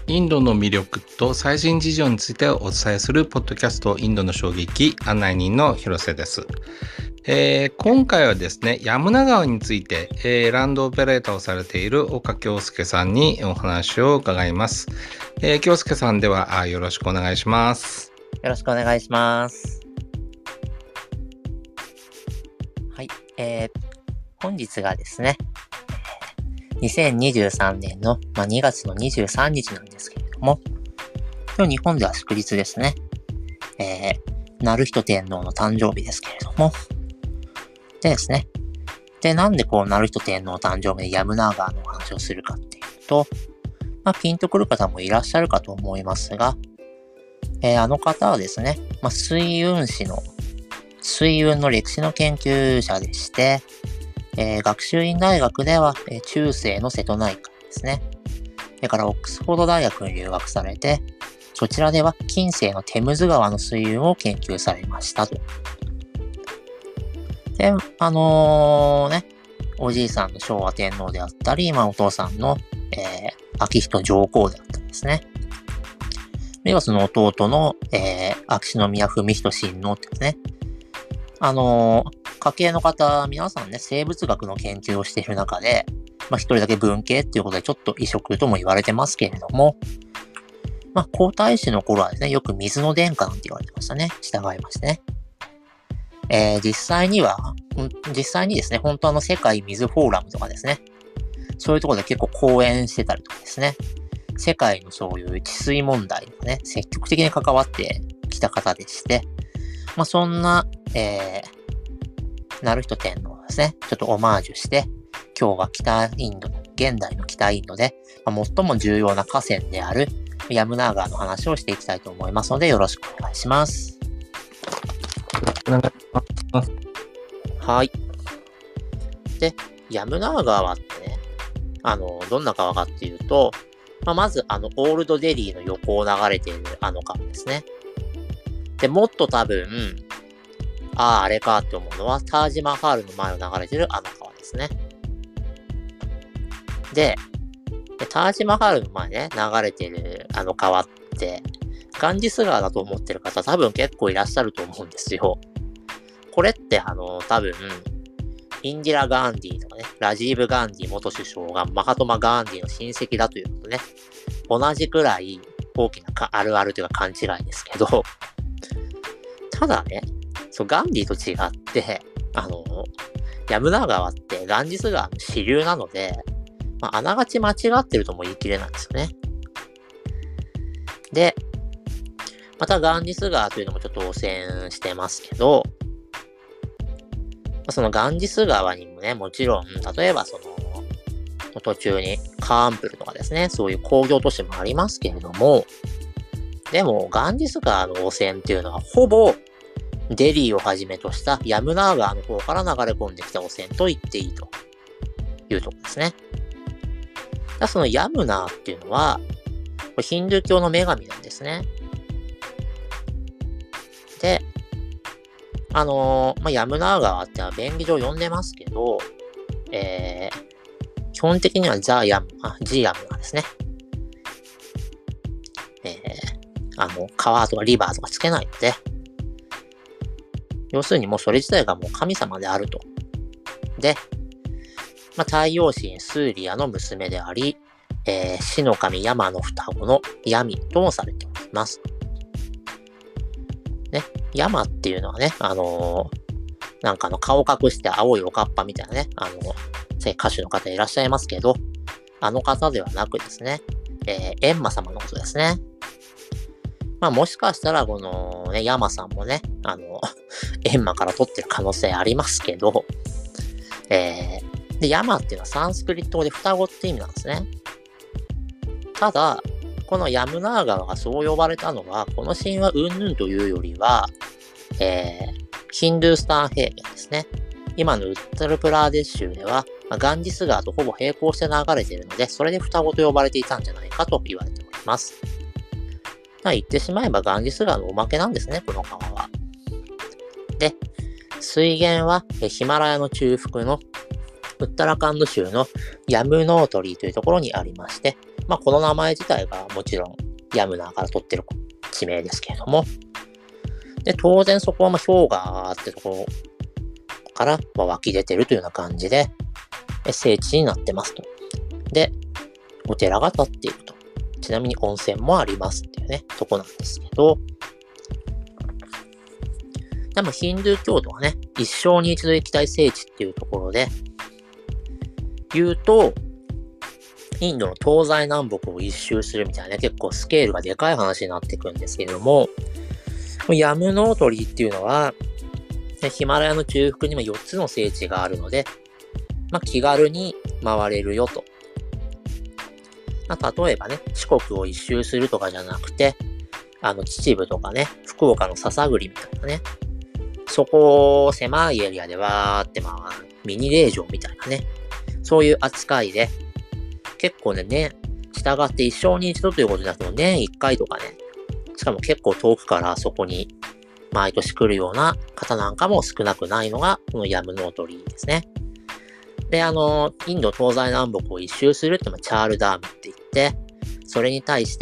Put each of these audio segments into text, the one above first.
インドの魅力と最新事情についてお伝えするポッドキャストインドの衝撃案内人の広瀬です。今回はですね、ヤムナ川について、ランドオペレーターをされている岡京介さんにお話を伺います。京介さんではよろしくお願いします。 よろしくお願いします。はい、本日がですね、2023年の、2月の23日なんですけれども、今日日本では祝日ですね。成人天皇の誕生日ですけれども、でですね。で、なんでこう、成人天皇の誕生日でヤムナー川のお話をするかっていうと、ピンとくる方もいらっしゃるかと思いますが、あの方はですね、水運の歴史の研究者でして、学習院大学では、中世の瀬戸内海ですね。それからオックスフォード大学に留学されて、そちらでは近世のテムズ川の水運を研究されましたと。で、おじいさんの昭和天皇であったり、お父さんの、昭仁上皇であったりですね。ではその弟の、秋篠宮文仁親王ってですね。家系の方、皆さんね、生物学の研究をしている中で、一人だけ文系っていうことでちょっと異色とも言われてますけれども、皇太子の頃はですね、よく水の殿下なんて言われてましたね。従いましてね。実際にですね、本当世界水フォーラムとかですね、そういうところで結構講演してたりとかですね、世界のそういう治水問題とかね、積極的に関わってきた方でして、そんな、成人天皇をですね、ちょっとオマージュして、今日は現代の北インドで、最も重要な河川であるヤムナー川の話をしていきたいと思いますので、よろしくお願いします。 お願いします。 はい。で、ヤムナー川ってね、どんな川かっていうと、まずオールドデリーの横を流れている川ですね。で、もっと多分、あれかって思うのは、タージマハールの前を流れている川ですね。で、タージマハールの前ね、流れている川って、ガンジス川だと思ってる方多分結構いらっしゃると思うんですよ。これって多分、インディラ・ガンディとかね、ラジーブ・ガンディ元首相がマハトマ・ガンディの親戚だということね、同じくらい大きなあるあるというか勘違いですけど、ただね、ガンディと違って、ヤムナー川ってガンジス川の支流なので、あながち間違ってるとも言い切れないんですよね。で、またガンジス川というのもちょっと汚染してますけど、そのガンジス川にもね、もちろん、例えば途中にカーンプルとかですね、そういう工業都市もありますけれども、でもガンジス川の汚染っていうのはほぼデリーをはじめとしたヤムナー川の方から流れ込んできた汚染と言っていいというところですね。そのヤムナーっていうのは、これヒンドゥー教の女神なんですね。で、ヤムナー川っては便宜上呼んでますけど、基本的にはジヤムナーですね。川とかリバーとかつけないので、要するにもうそれ自体がもう神様であると。で、太陽神スーリアの娘であり、死の神ヤマの双子のヤミともされております。ね、ヤマっていうのはね、顔隠して青いおかっぱみたいなね、歌手の方いらっしゃいますけど、方ではなくですね、エンマ様のことですね。もしかしたらこのね、ヤマさんもね、エンマから取ってる可能性ありますけど、で、ヤマっていうのはサンスクリット語で双子って意味なんですね。ただ、このヤムナー川がそう呼ばれたのは、この神話云々というよりは、ヒンドゥースタン平原ですね。今のウッタルプラーデシュ州では、ガンジス川とほぼ並行して流れているので、それで双子と呼ばれていたんじゃないかと言われております。言ってしまえばガンジス川のおまけなんですね、この川は。で、水源はヒマラヤの中腹のウッタラカンド州のヤムノートリーというところにありまして、この名前自体がもちろんヤムナーから取ってる地名ですけれども、で、当然そこは氷河ってところから湧き出てるというような感じで、聖地になってますと。で、お寺が建っていると。ちなみに温泉もありますっていうね、とこなんですけど、でもヒンドゥー教徒はね、一生に一度行きたい聖地っていうところで、言うと、インドの東西南北を一周するみたいなね、結構スケールがでかい話になってくるんですけれども、ヤムノートリーっていうのは、ヒマラヤの中腹にも4つの聖地があるので、気軽に回れるよと。例えばね、四国を一周するとかじゃなくて、秩父とかね、福岡の篠栗みたいなね、そこを狭いエリアでわーってミニ霊場みたいなね、そういう扱いで、結構ね、従って一生に一度ということじゃなくても年1回とかね、しかも結構遠くからそこに毎年来るような方なんかも少なくないのが、このヤムノートリーですね。で、インド東西南北を一周するってチャールダームって言って、それに対して、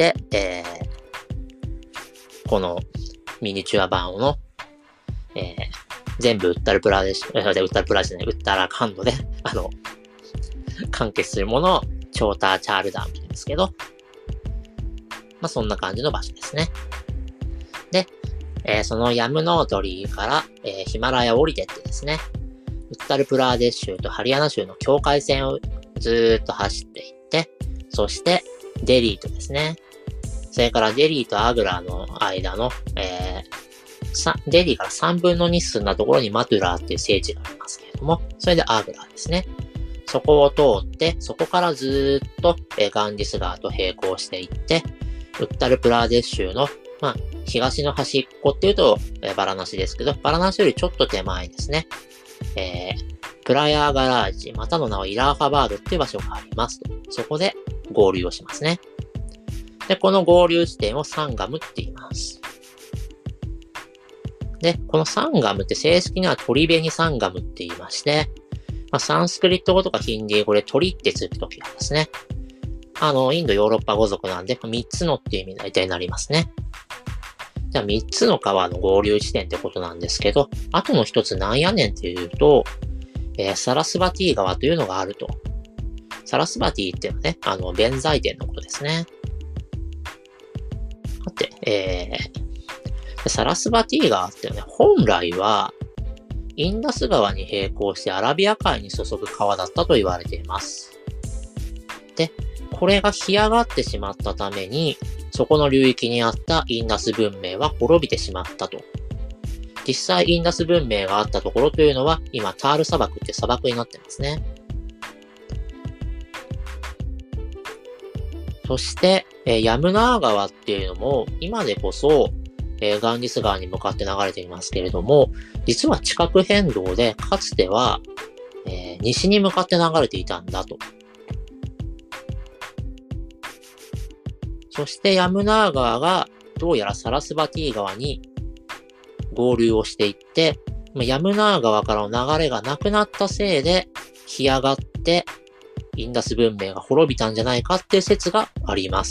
このミニチュア版の、全部ウッタラカンドで、完結するものをチョーターチャールダームって言うんですけど、そんな感じの場所ですね。で、そのヤムノートリーから、ヒマラヤを降りてってですね、ウッタルプラーデシュ州とハリヤナ州の境界線をずーっと走っていって、そしてデリーとですね、それからデリーとアグラの間の、デリーから3分の2進んだところにマトゥラーっていう聖地がありますけれども、それでアグラですね。そこを通って、そこからずーっと、ガンディス川と並行していって、ウッタルプラーデシュ州の、東の端っこっていうと、バラナシですけど、バラナシよりちょっと手前ですね。プラヤーガラージ、またの名はイラーハバードっていう場所がありますと。そこで合流をしますね。で、この合流地点をサンガムって言います。で、このサンガムって正式には鳥紅サンガムって言いまして、サンスクリット語とかヒンディー語で鳥ってつくときはですね、インドヨーロッパ語族なんで、3つのっていう意味大体になりますね。じゃあ3つの川の合流地点ってことなんですけど、あとの1つなんやねんっていうと、サラスバティ川というのがあると。サラスバティっていうのはね、弁財天のことですね。さて、サラスバティ川っていうのはね、本来は、インダス川に並行してアラビア海に注ぐ川だったと言われています。で、これが干上がってしまったために、そこの流域にあったインダス文明は滅びてしまったと。実際インダス文明があったところというのは、今タール砂漠って砂漠になってますね。そして、ヤムナー川っていうのも、今でこそ、ガンディス川に向かって流れていますけれども、実は地殻変動で、かつては、西に向かって流れていたんだと。そしてヤムナー川がどうやらサラスバティ川に合流をしていって、ヤムナー川からの流れがなくなったせいで干上がってインダス文明が滅びたんじゃないかっていう説があります。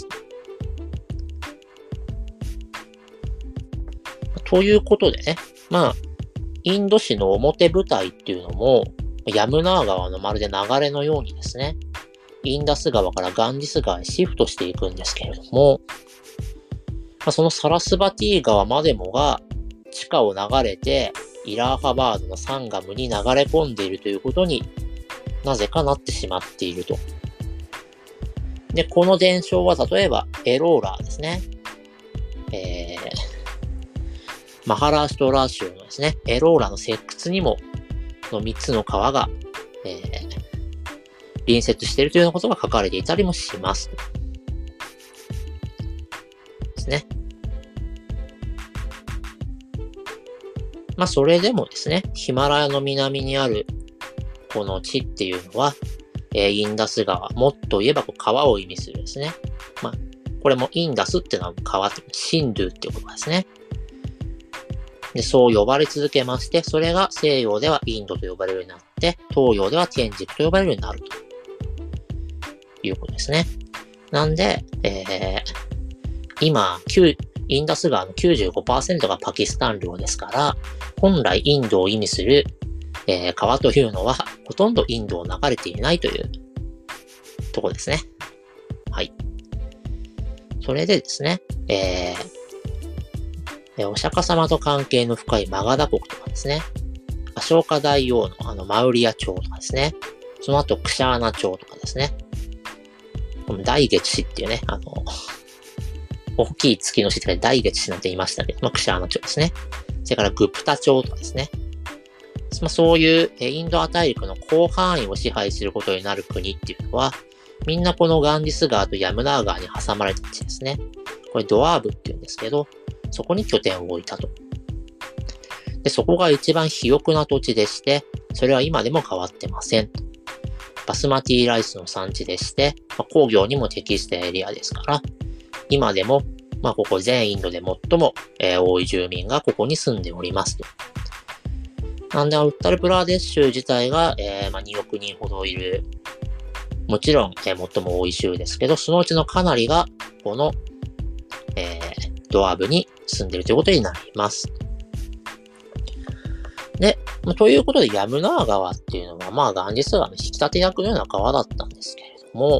ということでね、インド史の表舞台っていうのもヤムナー川のまるで流れのようにですね、インダス川からガンディス川へシフトしていくんですけれども、そのサラスバティ川までもが地下を流れてイラーハバードのサンガムに流れ込んでいるということになぜかなってしまっていると。で、この伝承は例えばエローラーですね。マハラーシュトラー州のですね、エローラの石窟にもこの3つの川が、隣接しているというようなことが書かれていたりもします。ですね。それでもですね、ヒマラヤの南にあるこの地っていうのは、インダス川、もっと言えば川を意味するですね。これもインダスっていうのは川って、シンドゥっていうことですね。 で、そう呼ばれ続けまして、それが西洋ではインドと呼ばれるようになって、東洋では天竺と呼ばれるようになるということですね。なんで、今、インダス川の 95% がパキスタン領ですから、本来インドを意味する、川というのは、ほとんどインドを流れていないというところですね。はい。それでですね、お釈迦様と関係の深いマガダ国とかですね、アショーカ大王のマウリア朝とかですね、その後クシャーナ朝とかですね、この大月氏っていうね、大きい月の氏って大月氏なんて言いましたけど、クシャーナ朝ですね。それからグプタ朝とかですね。そういうインド亜大陸の広範囲を支配することになる国っていうのは、みんなこのガンジス川とヤムナー川に挟まれた地ですね。これドアーブって言うんですけど、そこに拠点を置いたと。で、そこが一番肥沃な土地でして、それは今でも変わってません。バスマティライスの産地でして、工業にも適したエリアですから、今でも、ここ全インドで最も、多い住民がここに住んでおりますと。なんで、ウッタルプラーデシュ州自体が、2億人ほどいる、もちろん、最も多い州ですけど、そのうちのかなりが、この、ドアーブに住んでいるということになります。で、ということで、ヤムナー川っていうのは、ガンジス川の引き立て役のような川だったんですけれども、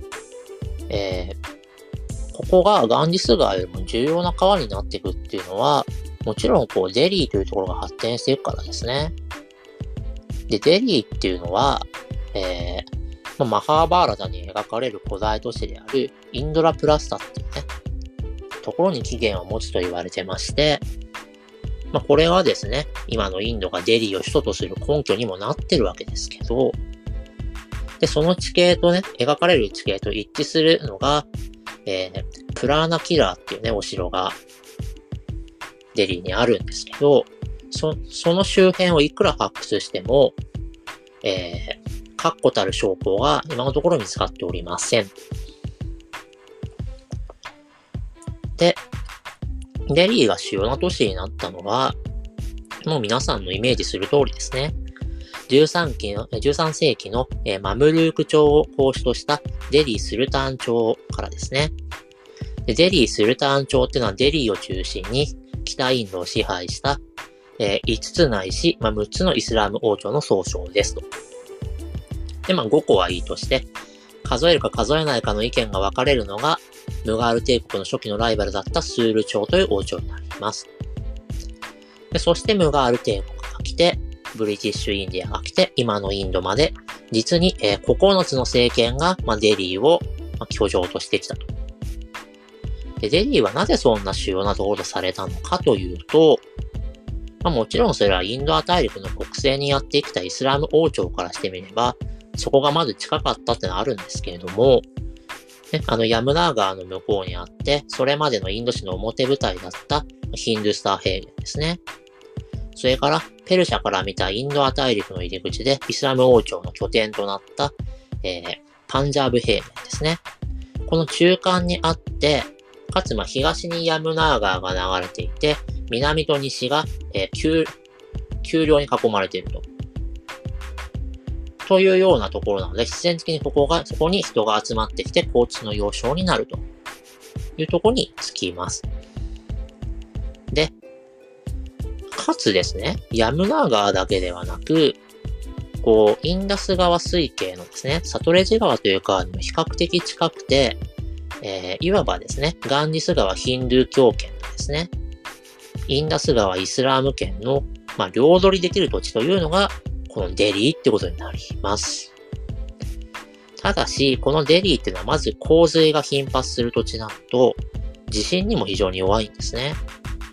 ここがガンジス川よりも重要な川になっていくっていうのは、もちろんデリーというところが発展していくからですね。で、デリーっていうのは、マハーバーラタに描かれる古代都市であるインドラプラスタっていうね、ところに起源を持つと言われてまして、これはですね、今のインドがデリーを首都とする根拠にもなってるわけですけど、で、その地形とね、描かれる地形と一致するのが、プラーナキラーっていうね、お城がデリーにあるんですけど、その周辺をいくら発掘しても、確固たる証拠が今のところ見つかっておりません。で、デリーが主要な都市になったのは、もう皆さんのイメージする通りですね。13世紀のマムルーク朝を皇主としたデリースルタン朝からですね。でデリースルタン朝っていうのはデリーを中心に北インドを支配した5つないし、6つのイスラム王朝の総称ですと。で、5個はいいとして、数えるか数えないかの意見が分かれるのが、ムガール帝国の初期のライバルだったスール朝という王朝になります。でそしてムガール帝国が来て、ブリティッシュインディアが来て、今のインドまで、実に9つの政権がデリーを居城としてきたと。でデリーはなぜそんな主要なところとされたのかというと、もちろんそれはインド亜大陸の北西にやってきたイスラム王朝からしてみれば、そこがまず近かったってのはあるんですけれども、ヤムナー川の向こうにあって、それまでのインド史の表舞台だったヒンドゥスター平原ですね。それから、ペルシャから見たインド亜大陸の入り口で、イスラム王朝の拠点となった、パンジャーブ平原ですね。この中間にあって、かつ東にヤムナー川が流れていて、南と西が、丘陵に囲まれていると。というようなところなので、必然的にそこに人が集まってきて、交通の要衝になるというところにつきます。で、かつですね、ヤムナー川だけではなく、インダス川水系のですね、サトレジ川という川にも比較的近くて、いわばですね、ガンジス川ヒンドゥー教圏とですね、インダス川イスラム圏の、両取りできる土地というのが、このデリーってことになります。ただし、このデリーっていうのはまず洪水が頻発する土地なのと、地震にも非常に弱いんですね。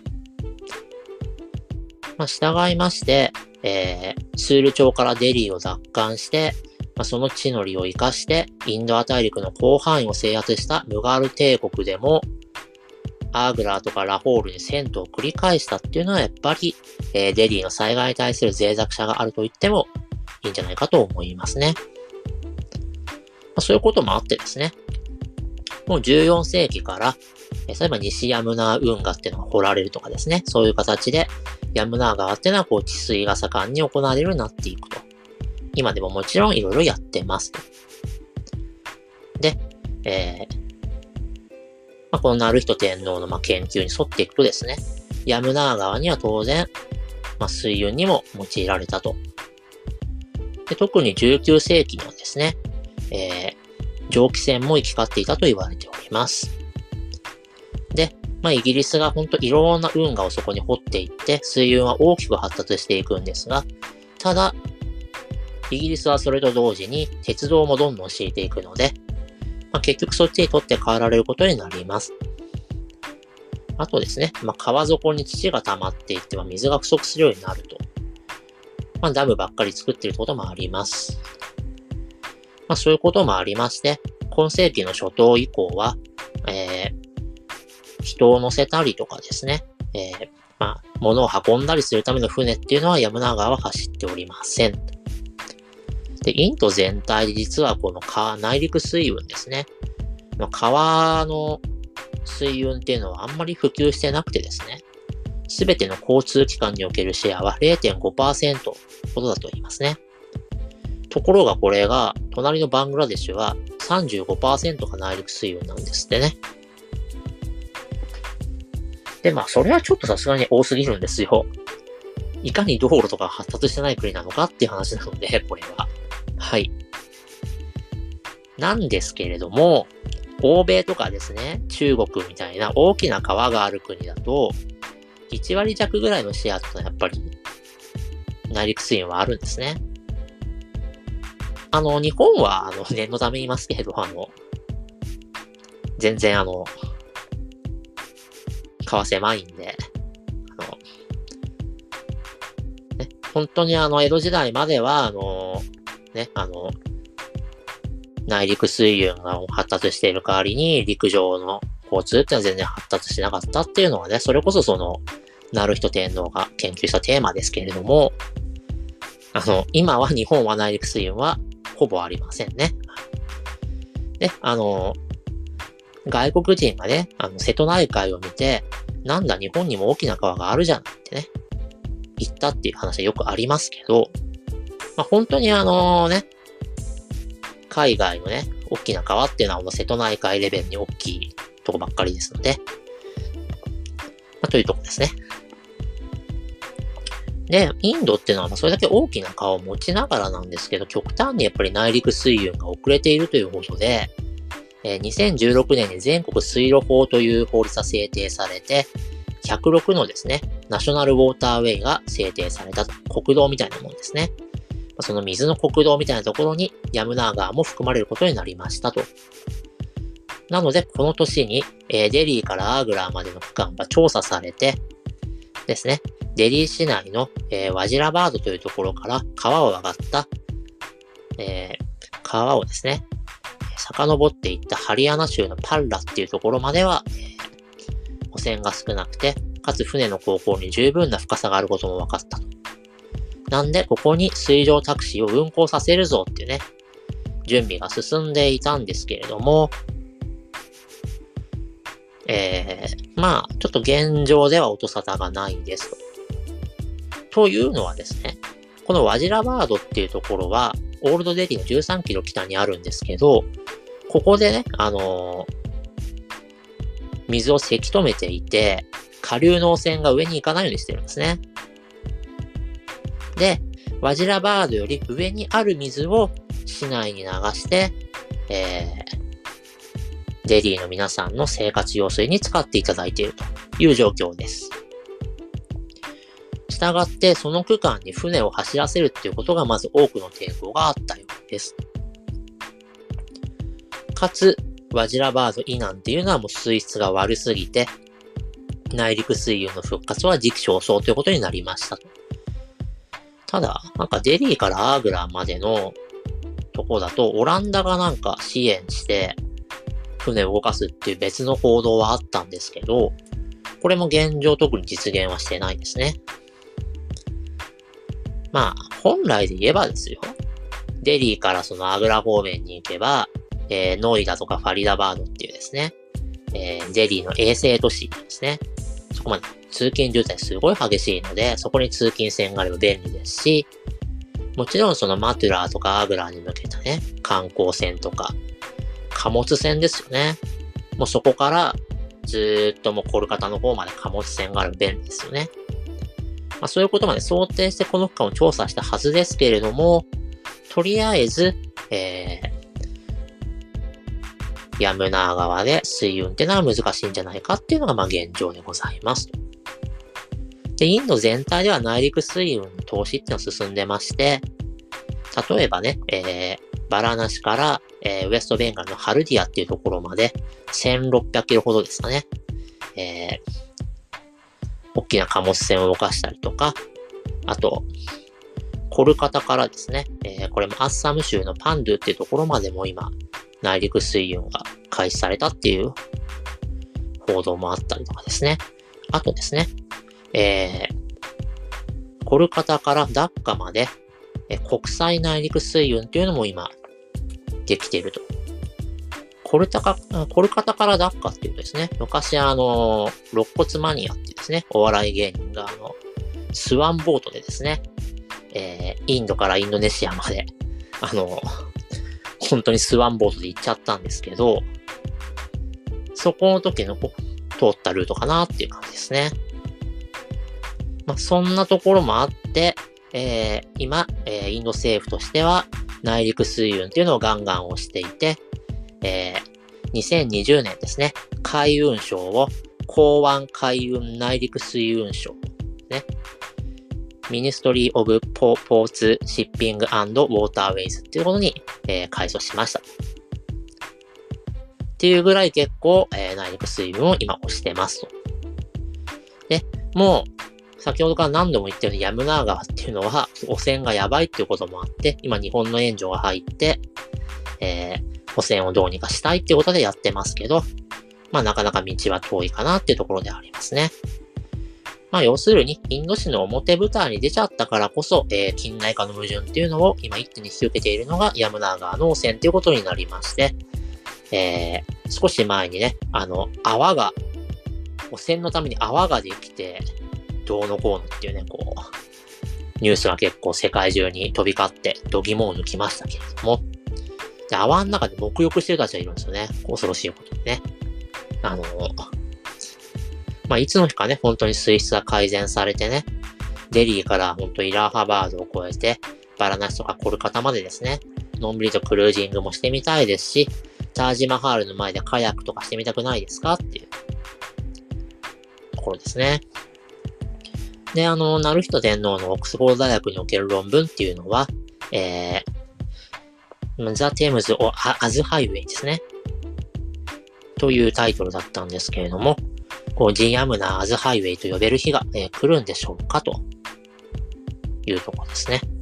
従いまして、スール朝からデリーを奪還して、その地の利を生かして、インド亜大陸の広範囲を制圧したムガール帝国でも、アーグラーとかラホールに戦闘を繰り返したっていうのはやっぱり、デリーの災害に対する脆弱さがあると言ってもいいんじゃないかと思いますね。そういうこともあってですね、もう14世紀から、例えば西ヤムナー運河っていうのが掘られるとかですね、そういう形で、 ヤムナー川っていうのは治水が盛んに行われるようになっていくと。今でももちろんいろいろやってますと。で、この成人天皇の研究に沿っていくとですね、ヤムナー川には当然、水運にも用いられたと。で、特に19世紀にはですね、蒸気船も行き交っていたと言われております。で、イギリスが本当いろんな運河をそこに掘っていって、水運は大きく発達していくんですが、ただ、イギリスはそれと同時に鉄道もどんどん敷いていくので、結局そっちに取って代わられることになります。あとですね、川底に土が溜まっていっては水が不足するようになると。ダムばっかり作っていることもあります。そういうこともありまして、今世紀の初頭以降は、人を乗せたりとかですね、物を運んだりするための船っていうのはヤムナー川は走っておりません。で、インド全体で実はこの内陸水運ですね。川の水運っていうのはあんまり普及してなくてですね、すべての交通機関におけるシェアは 0.5% ほどだと言いますね。ところがこれが、隣のバングラデシュは 35% が内陸水運なんですってね。で、それはちょっとさすがに多すぎるんですよ。いかに道路とか発達してない国なのかっていう話なので、これは。はい。なんですけれども、欧米とかですね、中国みたいな大きな川がある国だと、1割弱ぐらいのシェアとやっぱり内陸水運はあるんですね。日本は念のため言いますけれど、全然川狭いんで、本当に江戸時代までは内陸水運が発達している代わりに陸上の交通っていうのは全然発達しなかったっていうのはね、それこそ成人天皇が研究したテーマですけれども、今は日本は内陸水運はほぼありませんね。で、外国人がね、瀬戸内海を見て、なんだ日本にも大きな川があるじゃんってね、言ったっていう話はよくありますけど、本当に海外のね、大きな川っていうのは瀬戸内海レベルに大きいとこばっかりですので、というとこですね。で、インドっていうのはそれだけ大きな川を持ちながらなんですけど、極端にやっぱり内陸水運が遅れているということで、2016年に全国水路法という法律が制定されて、106のですね、ナショナルウォーターウェイが制定されたと。国道みたいなもんですね。その水の国道みたいなところにヤムナー川も含まれることになりましたと。なので、この年に、デリーからアーグラーまでの区間が調査されてですね、デリー市内の、ワジラバードというところから川を上がった、川をですね、遡っていったハリヤナ州のパッラっていうところまでは、汚染が少なくて、かつ船の航行に十分な深さがあることも分かったと。なんで、ここに水上タクシーを運行させるぞっていうね、準備が進んでいたんですけれども、ちょっと現状では音沙汰がないですと。というのはですね、このワジラバードっていうところは、オールドデリーの13キロ北にあるんですけど、ここでね、水をせき止めていて、下流の汚染が上に行かないようにしてるんですね。で、ワジラバードより上にある水を市内に流して、デリーの皆さんの生活用水に使っていただいているという状況です。したがって、その区間に船を走らせるっていうことがまず多くの抵抗があったようです。かつ、ワジラバード以南っていうのはもう水質が悪すぎて、内陸水運の復活は時期尚早ということになりましたと。ただ、デリーからアーグラーまでのとこだと、オランダが支援して、船を動かすっていう別の行動はあったんですけど、これも現状特に実現はしてないですね。本来で言えばですよ。デリーからそのアグラ方面に行けば、ノイダとかファリダバードっていうですね、デリーの衛星都市ですね。そこまで通勤渋滞すごい激しいので、そこに通勤線があれば便利ですし、もちろんそのマトゥラーとかアグラーに向けたね、観光船とか、貨物船ですよね。もうそこからずーっともうコルカタの方まで貨物船がある便利ですよね。そういうことまで想定してこの区間を調査したはずですけれども、とりあえず、ヤムナー川で水運っていうのは難しいんじゃないかっていうのが現状でございますと。で、インド全体では内陸水運の投資っていうのが進んでまして、例えばね、バラナシから、ウエストベンガルのハルディアっていうところまで1600キロほどですかね。大きな貨物船を動かしたりとか、あと、コルカタからですね、これもアッサム州のパンドゥっていうところまでも今、内陸水運が開始されたっていう報道もあったりとかですね。あとですね、コルカタからダッカまで、国際内陸水運っていうのも今、できていると。コルカタからダッカっていうとですね、昔肋骨マニアってですね、お笑い芸人がスワンボートでですね、インドからインドネシアまで、本当にスワンボートで行っちゃったんですけど、そこの時の通ったルートかなっていう感じですね。そんなところもあって、今、インド政府としては内陸水運っていうのをガンガン押していて、2020年ですね、海運省を港湾海運内陸水運省、ね、ミニストリー・オブ・ポーツ・シッピング・アンド・ウォーターウェイズっていうことに、改装しました。っていうぐらい結構、内陸水運を今押してますと。で、もう、先ほどから何度も言ったようにヤムナー川っていうのは汚染がやばいっていうこともあって、今日本の援助が入って、汚染をどうにかしたいっていうことでやってますけど、なかなか道は遠いかなっていうところでありますね。要するに、インド市の表舞台に出ちゃったからこそ、近代化の矛盾っていうのを今一手に引き受けているのがヤムナー川の汚染ということになりまして、少し前にね、泡が、汚染のために泡ができて、どうのこうのっていうね、ニュースが結構世界中に飛び交って、度肝を抜きましたけれども、で泡の中で沐浴してる人たちがいるんですよね。恐ろしいことにね。いつの日かね、本当に水質が改善されてね、デリーから本当にラーハバードを越えて、バラナシとかコルカタまでですね、のんびりとクルージングもしてみたいですし、タージマハールの前でカヤックとかしてみたくないですかっていうところですね。で、ナルヒト天皇のオックスフォード大学における論文っていうのは、ザ・テムズ・アズ・ハイウェイですね。というタイトルだったんですけれども、ジヤムナ・アズ・ハイウェイと呼べる日が、来るんでしょうかというところですね。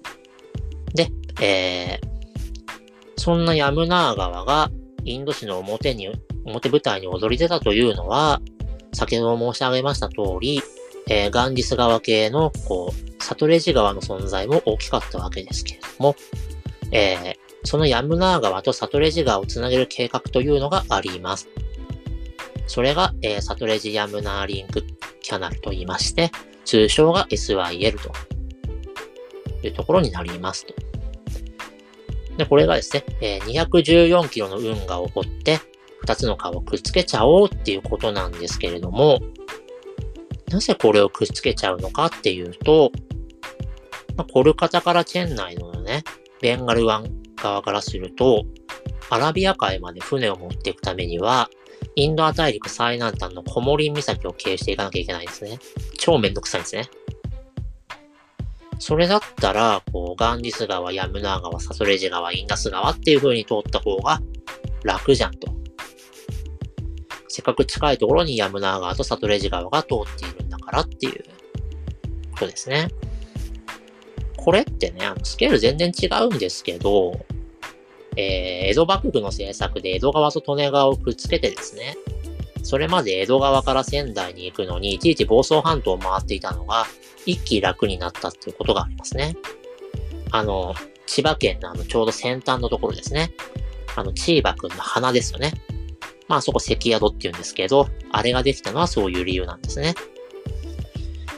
で、そんなヤムナー川がインド市の表舞台に躍り出たというのは、先ほど申し上げました通り、ガンジス川系のサトレジ川の存在も大きかったわけですけれども、そのヤムナー川とサトレジ川をつなげる計画というのがあります。それが、サトレジヤムナーリンクキャナルと言いまして、通称が SYL というところになりますと。で、これがですね、214キロの運河を掘って、2つの川をくっつけちゃおうっていうことなんですけれども、なぜこれをくっつけちゃうのかっていうと、コルカタからチェン内のね、ベンガル湾側からすると、アラビア海まで船を持っていくためには、インド亜大陸最南端のコモリン岬を経由していかなきゃいけないんですね。超めんどくさいんですね。それだったら、ガンジス川、ヤムナー川、サトレジ川、インダス川っていう風に通った方が楽じゃんと。せっかく近いところにヤムナー川とサトレジ川が通っているんだからっていうことですね。これってね、スケール全然違うんですけど、江戸幕府の政策で江戸川と利根川をくっつけてですね、それまで江戸川から仙台に行くのにいちいち房総半島を回っていたのが一気楽になったっていうことがありますね。千葉県のちょうど先端のところですね。チーバくんの花ですよね。そこ関宿って言うんですけど、あれができたのはそういう理由なんですね。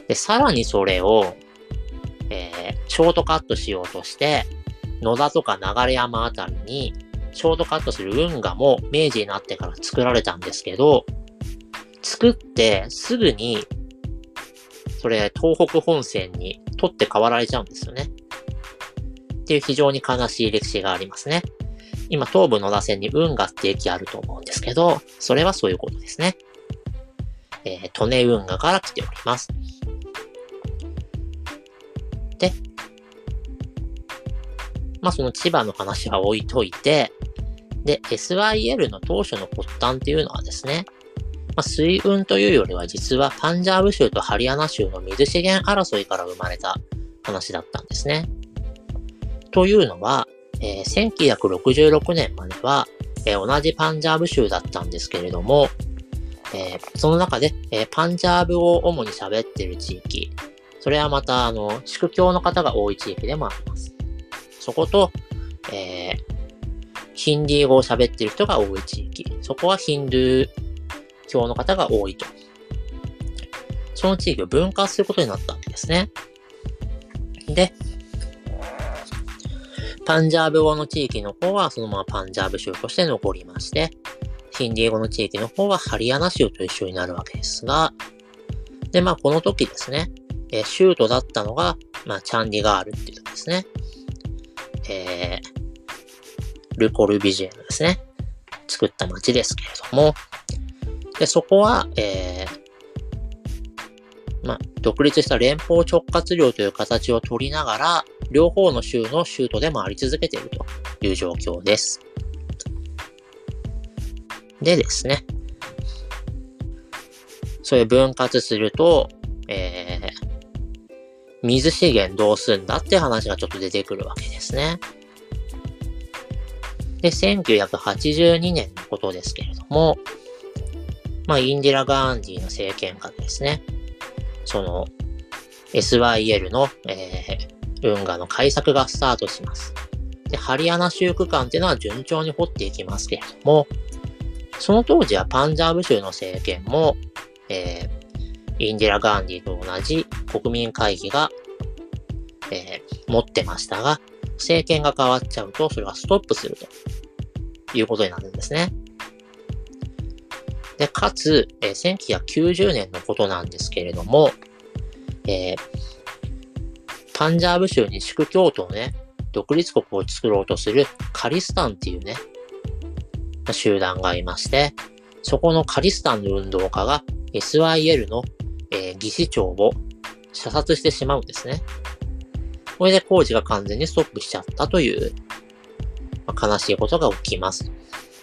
で、さらにそれを、ショートカットしようとして、野田とか流山あたりにショートカットする運河も明治になってから作られたんですけど、作ってすぐにそれ東北本線に取って代わられちゃうんですよね。っていう非常に悲しい歴史がありますね。今東武野田線に運河って駅あると思うんですけど、それはそういうことですね。利根運河から来ております。で、その千葉の話は置いといて、で、SYL の当初の発端っていうのはですね、水運というよりは実はパンジャーブ州とハリヤナ州の水資源争いから生まれた話だったんですね。というのは、1966年までは、同じパンジャーブ州だったんですけれども、その中で、パンジャーブを主に喋っている地域、それはまた、宿教の方が多い地域でもあります。そこと、ヒンディー語を喋っている人が多い地域、そこはヒンドゥー教の方が多いと。その地域を分割することになったわけですね。で、パンジャーブ語の地域の方はそのままパンジャーブ州として残りまして、ヒンディー語の地域の方はハリヤナ州と一緒になるわけですが、で、この時ですね、州都だったのが、チャンディガールっていうとこですね。ルコルビジュエルですね。作った町ですけれども、で、そこは、独立した連邦直轄領という形を取りながら、両方の州の州都でもあり続けているという状況です。でですね、それ分割すると、水資源どうすんだって話がちょっと出てくるわけですね。で、1982年のことですけれども、インディラ・ガンディの政権下でですね、その SYL の、運河の開削がスタートします。で、ハリヤナ州区間っていうのは順調に掘っていきますけれども、その当時はパンジャーブ州の政権も、インディラ・ガンディと同じ国民会議が、持ってましたが、政権が変わっちゃうと、それはストップするということになるんですね。で、かつ、1990年のことなんですけれども、パンジャーブ州に宿教徒のね、独立国を作ろうとするカリスタンっていうね、集団がいまして、そこのカリスタンの運動家が SYL の、議事長を射殺してしまうんですね。これで工事が完全にストップしちゃったという、悲しいことが起きます。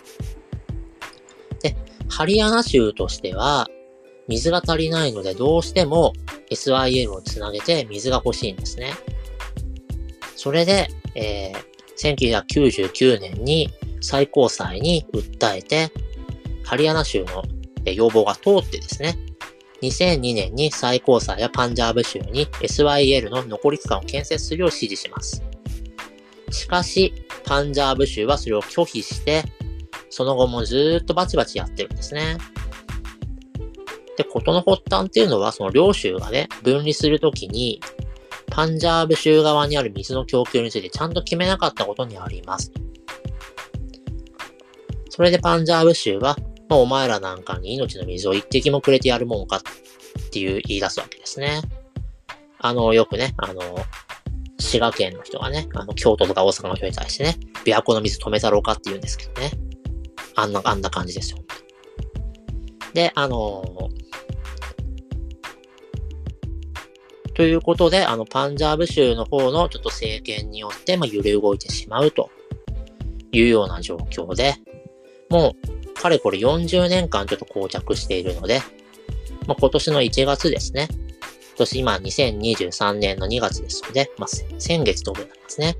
で、ハリヤナ州としては、水が足りないのでどうしても SYL をつなげて水が欲しいんですね。それで、1999年に最高裁に訴えて、ハリヤナ州の要望が通ってですね、2002年に最高裁やパンジャーブ州に SYL の残り区間を建設するよう指示します。しかし、パンジャーブ州はそれを拒否して、その後もずーっとバチバチやってるんですね。で、事の発端っていうのは、その両州がね、分離するときに、パンジャーブ州側にある水の供給についてちゃんと決めなかったことにあります。それでパンジャーブ州は、お前らなんかに命の水を一滴もくれてやるもんかっていう言い出すわけですね。よくね、滋賀県の人がね、京都とか大阪の人に対してね、琵琶湖の水止めたろうかって言うんですけどね。あんな感じですよ。で、ということで、パンジャーブ州の方のちょっと政権によって、揺れ動いてしまうというような状況で、もう、かれこれ40年間ちょっと膠着しているので、今年の1月ですね。今2023年の2月ですので、先月ということになりますね。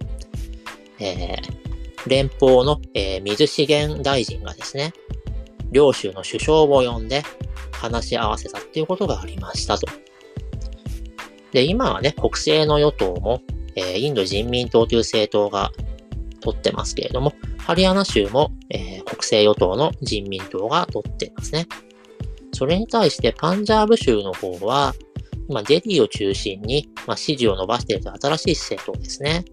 連邦の、水資源大臣がですね、両州の首相を呼んで話し合わせたっていうことがありましたと。で、今はね、国政の与党も、インド人民党という政党が取ってますけれども、ハリヤナ州も、国政与党の人民党が取っていますね。それに対してパンジャーブ州の方は、 デリーを中心に、支持を伸ばしている新しい政党ですね。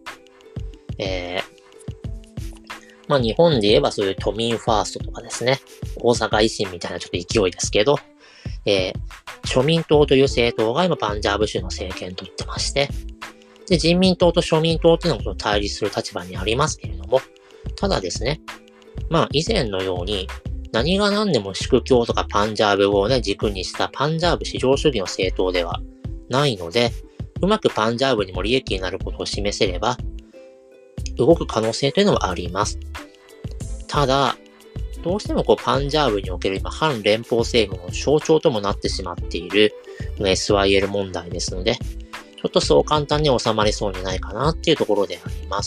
日本で言えばそういう都民ファーストとかですね、大阪維新みたいなちょっと勢いですけど、庶民党という政党が今パンジャーブ州の政権を取ってまして、で、人民党と庶民党っていうのは対立する立場にありますけれども、ただですね、以前のように何が何でもシク教とかパンジャーブ語をね、軸にしたパンジャーブ至上主義の政党ではないので、うまくパンジャーブにも利益になることを示せれば、動く可能性というのはあります。ただ、どうしてもパンジャーブにおける今、反連邦政府の象徴ともなってしまっている、SYL 問題ですので、ちょっとそう簡単に収まりそうにないかなっていうところであります。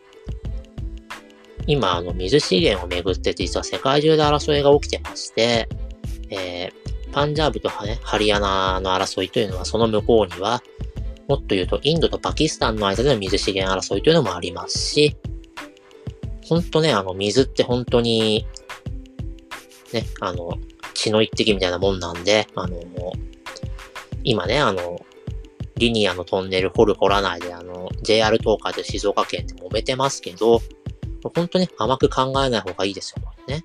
今、水資源をめぐって実は世界中で争いが起きてまして、パンジャーブとハリヤナの争いというのはその向こうには、もっと言うとインドとパキスタンの間での水資源争いというのもありますし、ほんとね、水って本当に、ね、血の一滴みたいなもんなんで、今ね、リニアのトンネル掘る掘らないで、JR 東海と静岡県って揉めてますけど、本当に甘く考えない方がいいですよ、これね。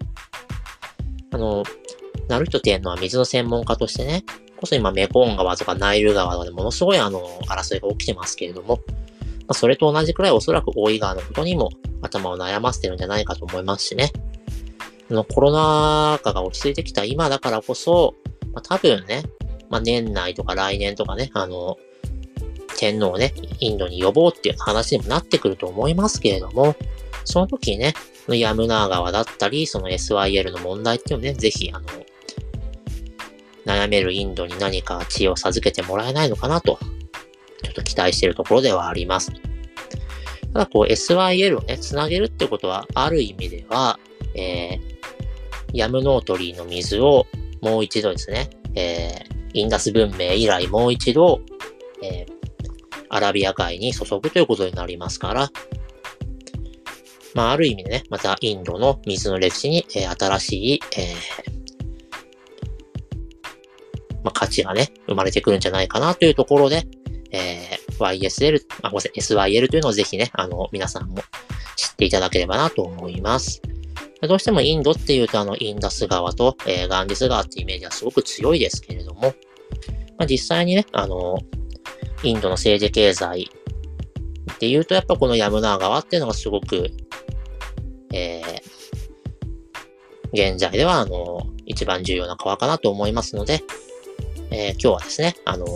ナルト天皇は水の専門家としてね、こそ今メコン川とかナイル川でものすごい争いが起きてますけれども、それと同じくらいおそらく大井川のことにも頭を悩ませてるんじゃないかと思いますしね。コロナ禍が落ち着いてきた今だからこそ、多分ね、年内とか来年とかね、天皇をね、インドに呼ぼうっていう話にもなってくると思いますけれども、その時にね、ヤムナー川だったり、その SYL の問題っていうのをね、ぜひ、悩めるインドに何か知恵を授けてもらえないのかなと、ちょっと期待しているところではあります。ただSYL をね、つなげるってことは、ある意味では、ヤムノートリーの水をもう一度ですね、インダス文明以来もう一度、アラビア海に注ぐということになりますから、ある意味でね、またインドの水の歴史に、新しい、価値がね、生まれてくるんじゃないかなというところで、SYL というのをぜひね、皆さんも知っていただければなと思います。どうしてもインドっていうとインダス川と、ガンディス川っていうイメージはすごく強いですけれども、実際にね、インドの政治経済っていうとやっぱこのヤムナー川っていうのがすごく、現在では一番重要な川かなと思いますので、今日はですね、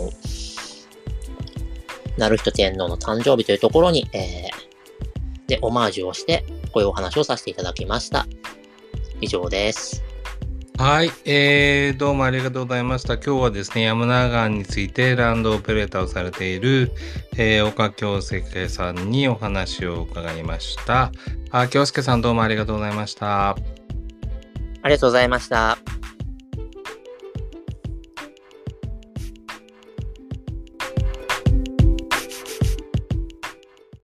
ナルヒト天皇の誕生日というところに、で、オマージュをして、こういうお話をさせていただきました。以上です。 はい、どうもありがとうございました。今日はですね、ヤムナー川についてランドオペレーターをされている、岡京介さんにお話を伺いました。京介さんどうもありがとうございました。 ありがとうございました。